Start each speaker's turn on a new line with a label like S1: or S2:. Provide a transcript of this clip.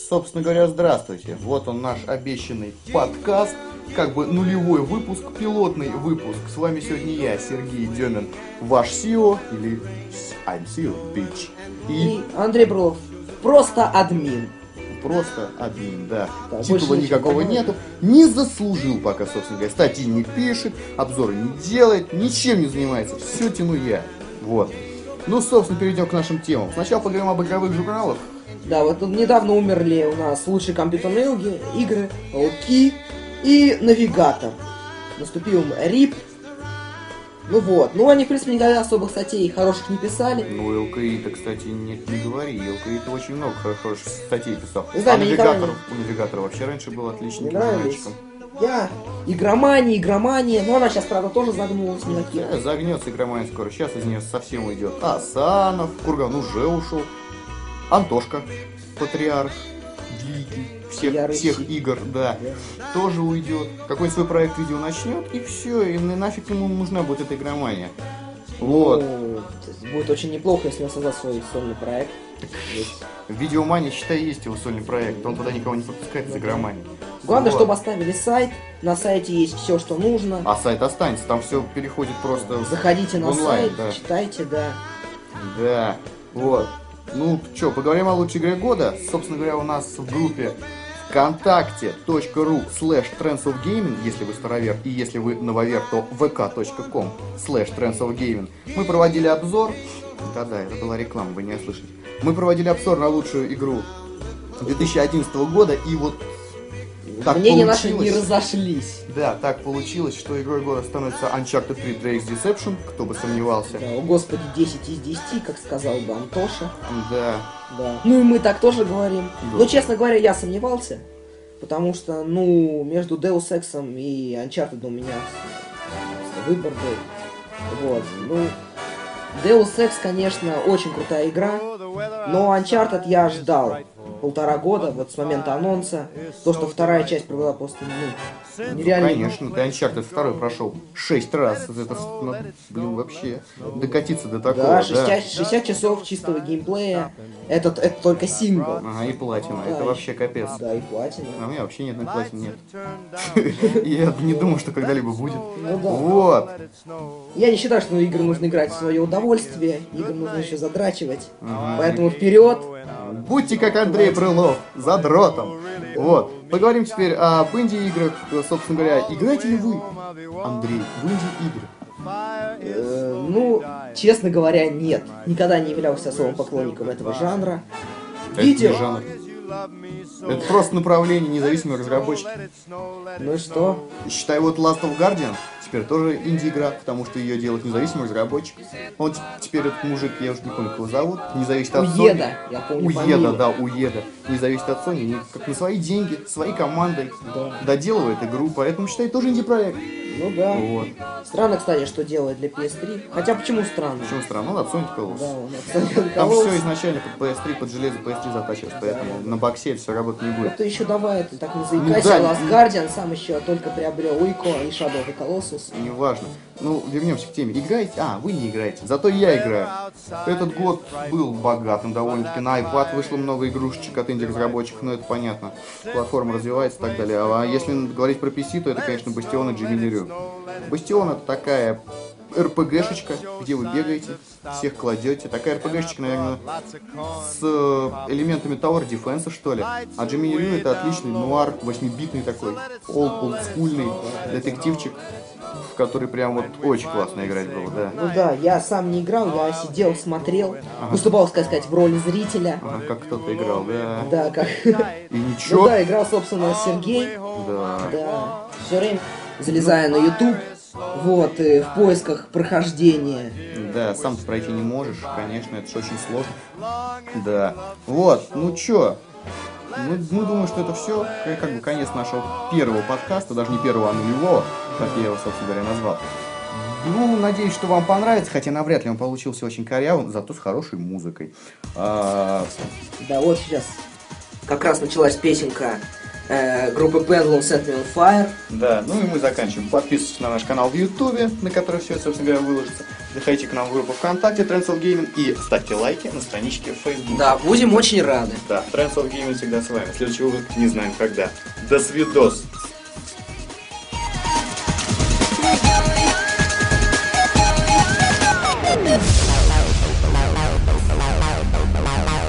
S1: Собственно говоря, здравствуйте. Вот он наш обещанный подкаст, как бы нулевой выпуск, пилотный выпуск. С вами сегодня я, Сергей Демин, ваш CEO, или I'm CEO, bitch.
S2: И Андрей Брылов, просто админ.
S1: Просто админ, да.
S2: Да,
S1: титула никакого нету. Не заслужил пока, собственно говоря. Статьи не пишет, обзоры не делает, ничем не занимается. Все тяну я. Вот. Ну, собственно, перейдем к нашим темам. Сначала поговорим об игровых журналах.
S2: Да, вот тут недавно умерли у нас лучшие компьютерные игры, Пауки и Навигатор. Наступил РИП. Ну вот, ну они, в принципе, никогда особых статей хороших не писали.
S1: Ну, ЛКИ-то, кстати, не говори. ЛКИ-то очень много хороших статей писал.
S2: Да,
S1: у Навигатора вообще раньше был отличным мальчиком.
S2: Я игромания, но она сейчас, правда, тоже загнулась никаким.
S1: Загнется игромания скоро, сейчас из нее совсем уйдет. Асанов, Курган уже ушел. Антошка, патриарх, великий, всех игр, да, тоже уйдет. Какой свой проект видео начнет, и все, и нафиг ему нужна будет эта игромания. Вот.
S2: Ну, будет очень неплохо, если он создаст свой сольный проект.
S1: Видеомания, считай, есть его сольный проект, он туда никого не подпускает из игромании.
S2: Главное, чтобы оставили сайт, на сайте есть все, что нужно.
S1: А сайт останется, там все переходит просто
S2: заходите на
S1: онлайн,
S2: сайт,
S1: да.
S2: читайте, да.
S1: Да, вот. Ну, что, поговорим о лучшей игре года. Собственно говоря, у нас в группе vkontakte.ru/trendsofgaming, если вы старовер, и если вы нововер, то vk.com/trendsofgaming. Мы проводили обзор. Да-да, это была реклама, вы не ослышали. Мы проводили обзор на лучшую игру 2011 года, и вот так
S2: мнения
S1: наши
S2: не разошлись.
S1: Да, так получилось, что игрой года становится Uncharted 3 Drake's Deception, кто бы сомневался.
S2: Да, о господи, 10 из 10, как сказал бы Антоша.
S1: Да.
S2: Ну и мы так тоже говорим.
S1: Да.
S2: Но, честно говоря, я сомневался, потому что, ну, между Deus Ex'ом и Uncharted у меня выбор был. Вот, ну, Deus Ex, конечно, очень крутая игра, но Uncharted я ждал 1,5 года, вот с момента анонса. То, что вторая часть провела просто, нереально.
S1: Конечно, ты Uncharted 2 прошел 6 раз. Это, вообще, докатиться до такого.
S2: Да, 60 часов чистого геймплея. Это только сингл.
S1: Ага, и платина. Да, это вообще капец.
S2: Да, и платина.
S1: А у меня вообще нет на платине, нет. Я не думаю, что когда-либо будет.
S2: Ну да.
S1: Вот.
S2: Я не считаю, что игры нужно играть в свое удовольствие. Игры нужно еще задрачивать. Поэтому вперед.
S1: Будьте как Андрей Брылов, задротом. Вот. Поговорим теперь об инди-играх. Собственно говоря, играете ли вы, Андрей, в инди-игры?
S2: Ну, честно говоря, нет. Никогда не являлся особым поклонником этого жанра.
S1: Это не жанр. Это просто направление независимых разработчиков.
S2: Ну и что?
S1: Считай, вот Last of Guardian теперь тоже инди-игра, потому что ее делает независимый разработчик. Он теперь этот мужик, я уже не помню, как его зовут, не зависит от Sony.
S2: Уеда, я помню фамилию.
S1: Уеда. Не зависит от Sony, как на свои деньги, своей командой доделывает игру, поэтому считай, тоже инди-проект.
S2: Ну да.
S1: Вот.
S2: Странно, кстати, что делает для PS3. Хотя почему странно?
S1: Почему странно? Он от Sony откололся.
S2: Да, он от Sony откололся.
S1: Там все изначально под PS3, под железо PS3 затачивалось, поэтому на боксе все работать не будет.
S2: Это еще давай, ты так не заикайся, Last Guardian сам еще только приобрел Уико и Shadow of the Colossus.
S1: Неважно. Ну, вернемся к теме. Играете? Вы не играете. Зато я играю. Этот год был богатым довольно-таки. На iPad вышло много игрушечек от инди-разработчиков, но это понятно. Платформа развивается и так далее. А если говорить про PC, то это, конечно, Бастион и Джимини Рю. Бастион — это такая РПГшечка, где вы бегаете, всех кладете. Такая РПГшечка, наверное, с элементами Tower Defense, что ли. А Джимини Рю — это отличный нуар, 8-битный такой, олдскульный детективчик, в который прям вот очень классно играть было, да.
S2: Ну да, я сам не играл, я сидел, смотрел, выступал, сказать, в роли зрителя.
S1: Как кто-то играл, да.
S2: Да, как...
S1: И ничего.
S2: Ну да, играл, собственно, Сергей.
S1: Да.
S2: Да. Все время залезая на YouTube, вот, в поисках прохождения.
S1: Да, сам ты пройти не можешь, конечно, это же очень сложно. Да. Вот, ну чё? Мы думаем, что это все, как бы конец нашего первого подкаста, даже не первого, а нулевого, как я его, собственно говоря, назвал. Ну, надеюсь, что вам понравится, хотя навряд ли он получился очень корявым, зато с хорошей музыкой.
S2: Да, вот сейчас как раз началась песенка группы Pendulum Set Me On Fire.
S1: Да, ну и мы заканчиваем. Подписывайтесь на наш канал в Ютубе, на который все, собственно говоря, выложится. Заходите к нам в группу ВКонтакте Trends of Gaming и ставьте лайки на страничке в Facebook.
S2: Да, будем очень рады.
S1: Да, Trends of Gaming всегда с вами. Следующий выпуск не знаем когда. До свидос!